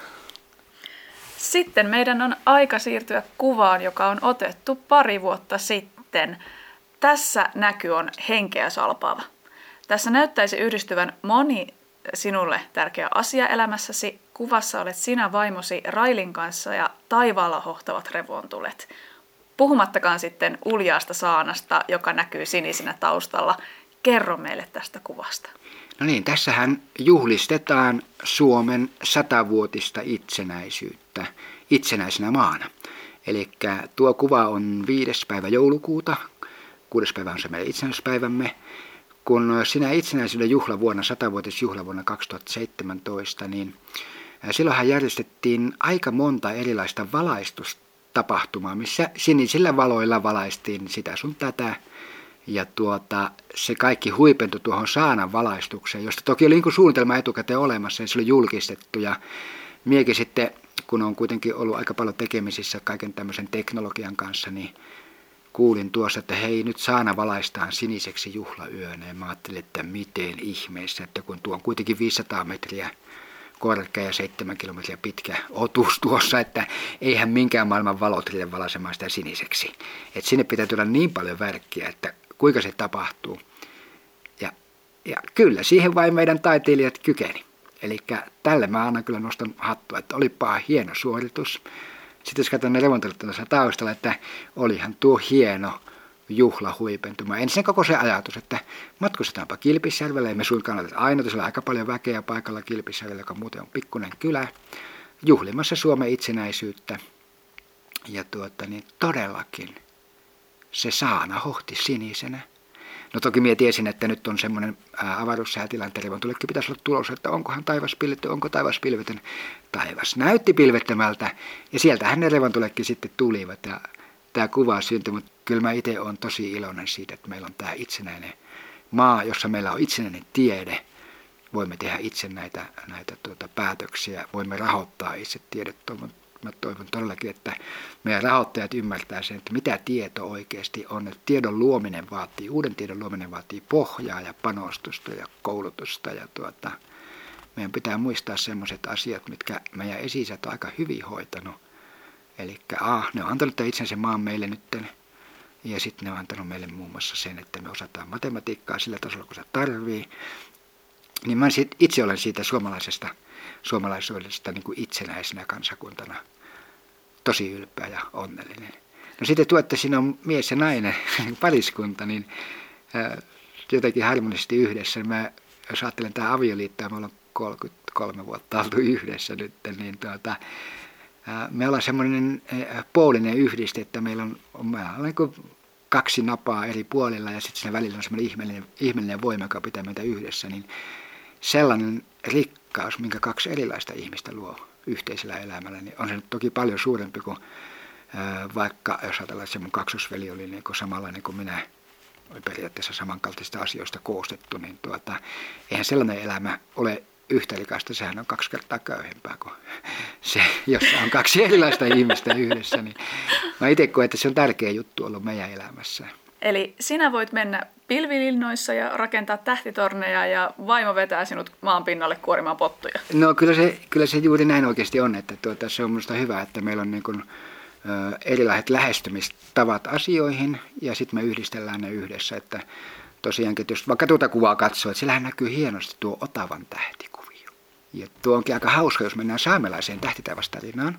Sitten meidän on aika siirtyä kuvaan, joka on otettu pari vuotta sitten. Tässä näky on henkeä salpaava. Tässä näyttäisi yhdistyvän moni sinulle tärkeä asia elämässäsi. Kuvassa olet sinä vaimosi Railin kanssa ja taivaalla hohtavat revontulet. Puhumattakaan sitten uljaasta saanasta, joka näkyy sinisinä taustalla. Kerro meille tästä kuvasta. No niin, tässähän juhlistetaan Suomen satavuotista itsenäisyyttä itsenäisenä maana. Eli tuo kuva on viides päivä joulukuuta, kuudes päivä on se meidän itsenäisyyspäivämme. Kun sinä itsenäisyyden juhlavuonna, satavuotisjuhlavuonna kaksituhattaseitsemäntoista, niin silloinhan järjestettiin aika monta erilaista valaistustapahtumaa, missä sinisillä valoilla valaistiin sitä sun tätä. Ja tuota, se kaikki huipentui tuohon saanan valaistukseen, josta toki oli niin kuin suunnitelma etukäteen olemassa ja se oli julkistettu. Ja miekin sitten, kun on kuitenkin ollut aika paljon tekemisissä kaiken tämmöisen teknologian kanssa, niin kuulin tuossa, että hei, nyt saana valaistaan siniseksi juhlayönä. Ja mä ajattelin, että miten ihmeessä, että kun tuo on kuitenkin viisisataa metriä korkea ja seitsemän kilometriä pitkä otus tuossa, että eihän minkään maailman valot riitä valaisemaan sitä siniseksi. Että sinne pitää tulla niin paljon värkkiä, että kuinka se tapahtuu. Ja, ja kyllä, siihen vain meidän taiteilijat kykeni. Eli tälle mä aina kyllä nostan hattua, että olipa hieno suoritus. Sitten jos katson ne revontulet tuossa taustalla, että olihan tuo hieno juhlahuipentuma. Ensin koko se ajatus, että matkustetaanpa Kilpisjärvelle, ei me suinkaan ole aina, siellä on aika paljon väkeä paikalla Kilpisjärvellä, joka muuten on pikkuinen kylä, juhlimassa Suomen itsenäisyyttä. Ja tuota, niin todellakin se saana hohti sinisenä. No toki minä tiesin, että nyt on semmoinen avaruussäätilä, että revontullekin pitäisi olla tulos, että onkohan taivas pilvetty, onko taivas pilvetön. Taivas näytti pilvettömältä ja sieltähän ne revontullekin sitten tulivat ja tämä kuva syntyi, mutta kyllä mä itse olen tosi iloinen siitä, että meillä on tämä itsenäinen maa, jossa meillä on itsenäinen tiede. Voimme tehdä itse näitä, näitä tuota, päätöksiä, voimme rahoittaa itse tiedetoimintaa. Mä toivon todellakin, että meidän rahoittajat ymmärtää sen, että mitä tieto oikeasti on. Että tiedon luominen vaatii, uuden tiedon luominen vaatii pohjaa ja panostusta ja koulutusta. Ja tuota, meidän pitää muistaa sellaiset asiat, mitkä meidän esi-isät on aika hyvin hoitanut. Eli ah, ne on antanut itsensä maan meille nytten. Ja sitten ne on antanut meille muun muassa sen, että me osataan matematiikkaa sillä tasolla, kun se tarvii. Niin mä itse olen siitä suomalaisesta, suomalaisuudesta niin kuin itsenäisenä kansakuntana tosi ylpeä ja onnellinen. No sitten tuo, että siinä on mies ja nainen, pariskunta, niin ää, jotenkin harmonisesti yhdessä. Mä, jos ajattelen tämä avioliittoa, me ollaan kolmekymmentäkolme vuotta oltu yhdessä nyt, niin tuota, ää, me ollaan semmoinen ää, puolinen yhdiste, että meillä on, meillä on niin kuin kaksi napaa eri puolilla ja sitten siinä välillä on semmoinen ihmeellinen, ihmeellinen voima, joka pitää meitä yhdessä, niin sellainen rikkaus, minkä kaksi erilaista ihmistä luo yhteisellä elämällä, niin on se nyt toki paljon suurempi kuin ää, vaikka, jos ajatellaan, että se mun kaksosveli oli niin kuin samanlainen kuin minä, oli periaatteessa samankaltaisista asioista koostettu, niin tuota, eihän sellainen elämä ole yhtä rikasta, sehän on kaksi kertaa köyhempää kuin se, jossa on kaksi erilaista ihmistä yhdessä. Niin mä itse koen, että se on tärkeä juttu ollut meidän elämässä. Eli sinä voit mennä pilvilinnoissa ja rakentaa tähtitorneja ja vaimo vetää sinut maan pinnalle kuorimaan pottuja. No kyllä se, kyllä se juuri näin oikeasti on, että tuota, se on minusta hyvä, että meillä on niin kuin, ö, erilaiset lähestymistavat asioihin ja sitten me yhdistellään ne yhdessä. Että tosiaankin, että jos vaikka tuota kuvaa katsoo, että sillähän näkyy hienosti tuo Otavan tähtikuvio. Ja tuo onkin aika hauska, jos mennään saamelaiseen tähtitaivastarinaan,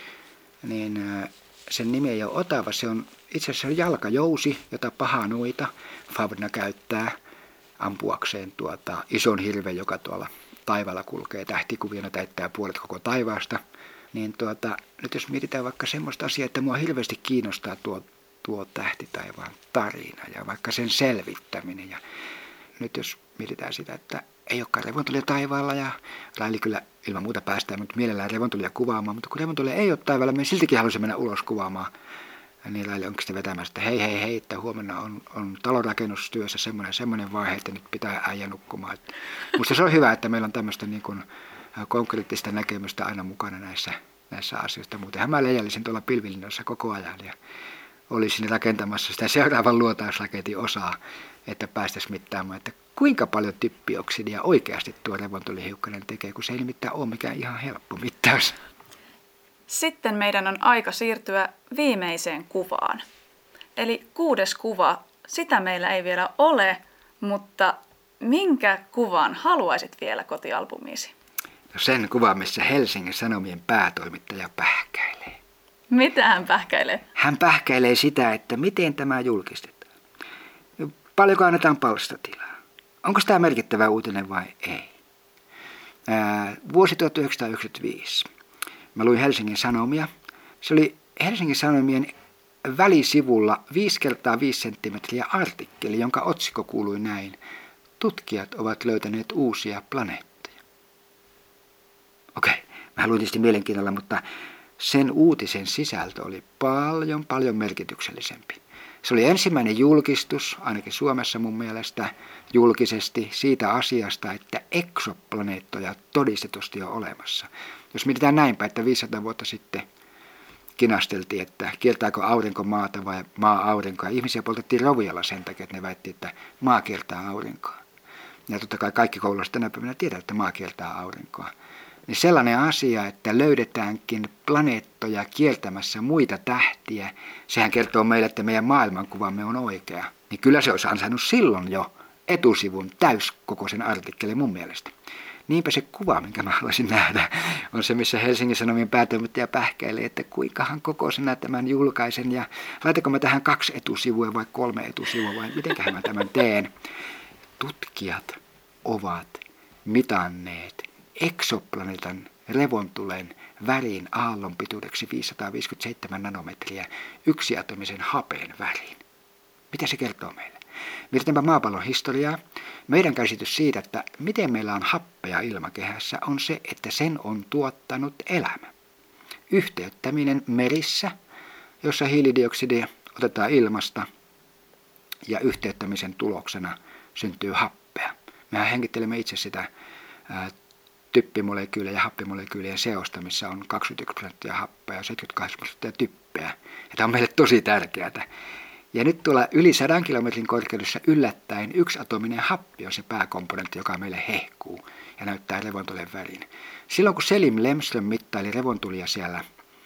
niin ö, sen nimi ei ole Otava, se on itse asiassa jalkajousi, jota pahanuita Fabna käyttää ampuakseen tuota ison hirven, joka tuolla taivaalla kulkee tähtikuviona, täyttää puolet koko taivaasta. Niin tuota, nyt jos mietitään vaikka semmoista asiaa, että mua hirveästi kiinnostaa tuo, tuo tähtitaivaan tarina ja vaikka sen selvittäminen. Ja nyt jos mietitään sitä, että ei olekaan revontulia taivaalla ja Laili kyllä ilman muuta päästään, mutta mielellään revontulia kuvaamaan, mutta kun revontulia ei ole taivaalla, me siltikin haluaisin mennä ulos kuvaamaan. Ja niin Laili onkin sitten vetämässä, että hei hei hei, että huomenna on, on talonrakennustyössä semmoinen, semmoinen vaihe, että nyt pitää äijä nukkumaan. Musta se on hyvä, että meillä on tämmöistä niin kuin konkreettista näkemystä aina mukana näissä, näissä asioissa. Muutenhan mä leijälisin tuolla pilvilinnoissa koko ajan ja olisin rakentamassa sitä seuraavan luotausraketin osaa, että päästäisiin mittaamaan, että kuinka paljon typpioksidia oikeasti tuo revontulihiukkanen tekee, kun se ei nimittäin ole mikään ihan helppo mittaus. Sitten meidän on aika siirtyä viimeiseen kuvaan. Eli kuudes kuva, sitä meillä ei vielä ole, mutta minkä kuvan haluaisit vielä kotialbumiisi? No sen kuvan, missä Helsingin Sanomien päätoimittaja pähkäilee. Mitä hän pähkäilee? Hän pähkäilee sitä, että miten tämä julkistetaan. Paljonko annetaan palstatilaa? Onko tämä merkittävä uutinen vai ei? Ää, vuosi tuhatyhdeksänsataayhdeksänkymmentäviisi. Mä luin Helsingin Sanomia. Se oli Helsingin Sanomien välisivulla viisi kertaa viisi senttimetriä artikkeli, jonka otsikko kuului näin. Tutkijat ovat löytäneet uusia planeettoja. Okei, mä luin tietysti mielenkiinnolla, mutta sen uutisen sisältö oli paljon, paljon merkityksellisempi. Se oli ensimmäinen julkistus, ainakin Suomessa mun mielestä, julkisesti siitä asiasta, että eksoplaneettoja todistetusti on olemassa. Jos mietitään näinpä, että viisisataa vuotta sitten kinasteltiin, että kiertääkö aurinko maata vai maa aurinkoa. Ihmisiä poltettiin roviolla sen takia, että ne väitti, että maa kiertää aurinkoa. Ja totta kai kaikki koululaiset tänä päivänä tietää, että maa kiertää aurinkoa. Niin sellainen asia, että löydetäänkin planeettoja kiertämässä muita tähtiä, sehän kertoo meille, että meidän maailmankuvamme on oikea. Niin kyllä se olisi ansainnut silloin jo etusivun täyskokoisen artikkelin mun mielestä. Niinpä se kuva, minkä mä haluaisin nähdä, on se, missä Helsingin Sanomien päätoimittaja pähkäilee, että kuinkahan kokoisena tämän julkaisen ja laitako mä tähän kaksi etusivua vai kolme etusivua vai mitenköhän mä tämän teen. Tutkijat ovat mitanneet eksoplaneetan revontulen värin aallonpituudeksi viisisataaviisikymmentäseitsemän nanometriä yksiatomisen hapeen väriin. Mitä se kertoo meille? Mietitäänpä maapallon historiaa. Meidän käsitys siitä, että miten meillä on happea ilmakehässä, on se, että sen on tuottanut elämä. Yhteyttäminen merissä, jossa hiilidioksidia otetaan ilmasta ja yhteyttämisen tuloksena syntyy happea. Mehän hengittelemme itse sitä ää, typpimolekyylien ja happimolekyylien seosta, missä on kaksikymmentäyksi prosenttia happea ja seitsemänkymmentäkahdeksan prosenttia typpeä. Ja tämä on meille tosi tärkeää. Ja nyt tuolla yli sadan kilometrin korkeudessa yllättäen yksiatominen happi on se pääkomponentti, joka meille hehkuu ja näyttää revontulen värin. Silloin kun Selim Lemström mittaili revontulia siellä,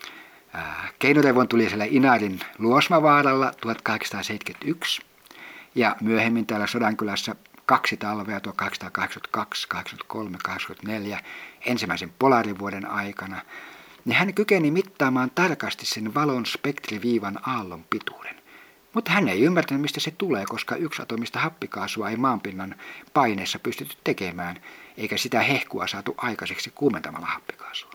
ää, keinorevontulia siellä Inarin Luosmavaaralla tuhatkahdeksansataaseitsemänkymmentäyksi ja myöhemmin täällä Sodankylässä kaksi talvea tuhatkahdeksansataakahdeksankymmentäkaksi, kahdeksankymmentäkolme, kahdeksankymmentäneljä ensimmäisen polaarivuoden aikana, niin hän kykeni mittaamaan tarkasti sen valon spektriviivan aallon pituuden. Mutta hän ei ymmärtänyt, mistä se tulee, koska yksiatomista happikaasua ei maanpinnan paineessa pystytty tekemään, eikä sitä hehkua saatu aikaiseksi kuumentamalla happikaasua.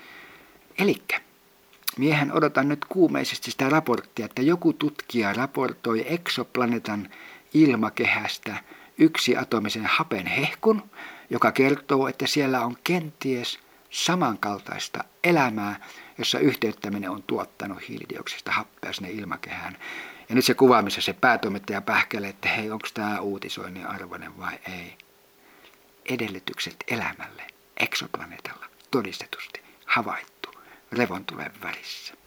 Elikkä, miehen odotan nyt kuumeisesti sitä raporttia, että joku tutkija raportoi eksoplaneetan ilmakehästä yksiatomisen hapen hehkun, joka kertoo, että siellä on kenties samankaltaista elämää, jossa yhteyttäminen on tuottanut hiilidioksista happea sinne ilmakehään. Ja nyt se kuva, missä se päätoimittaja pähkäilee, että hei, onko tämä uutisoinnin arvoinen vai ei. Edellytykset elämälle eksoplaneetalla todistetusti havaittu revontulen värissä.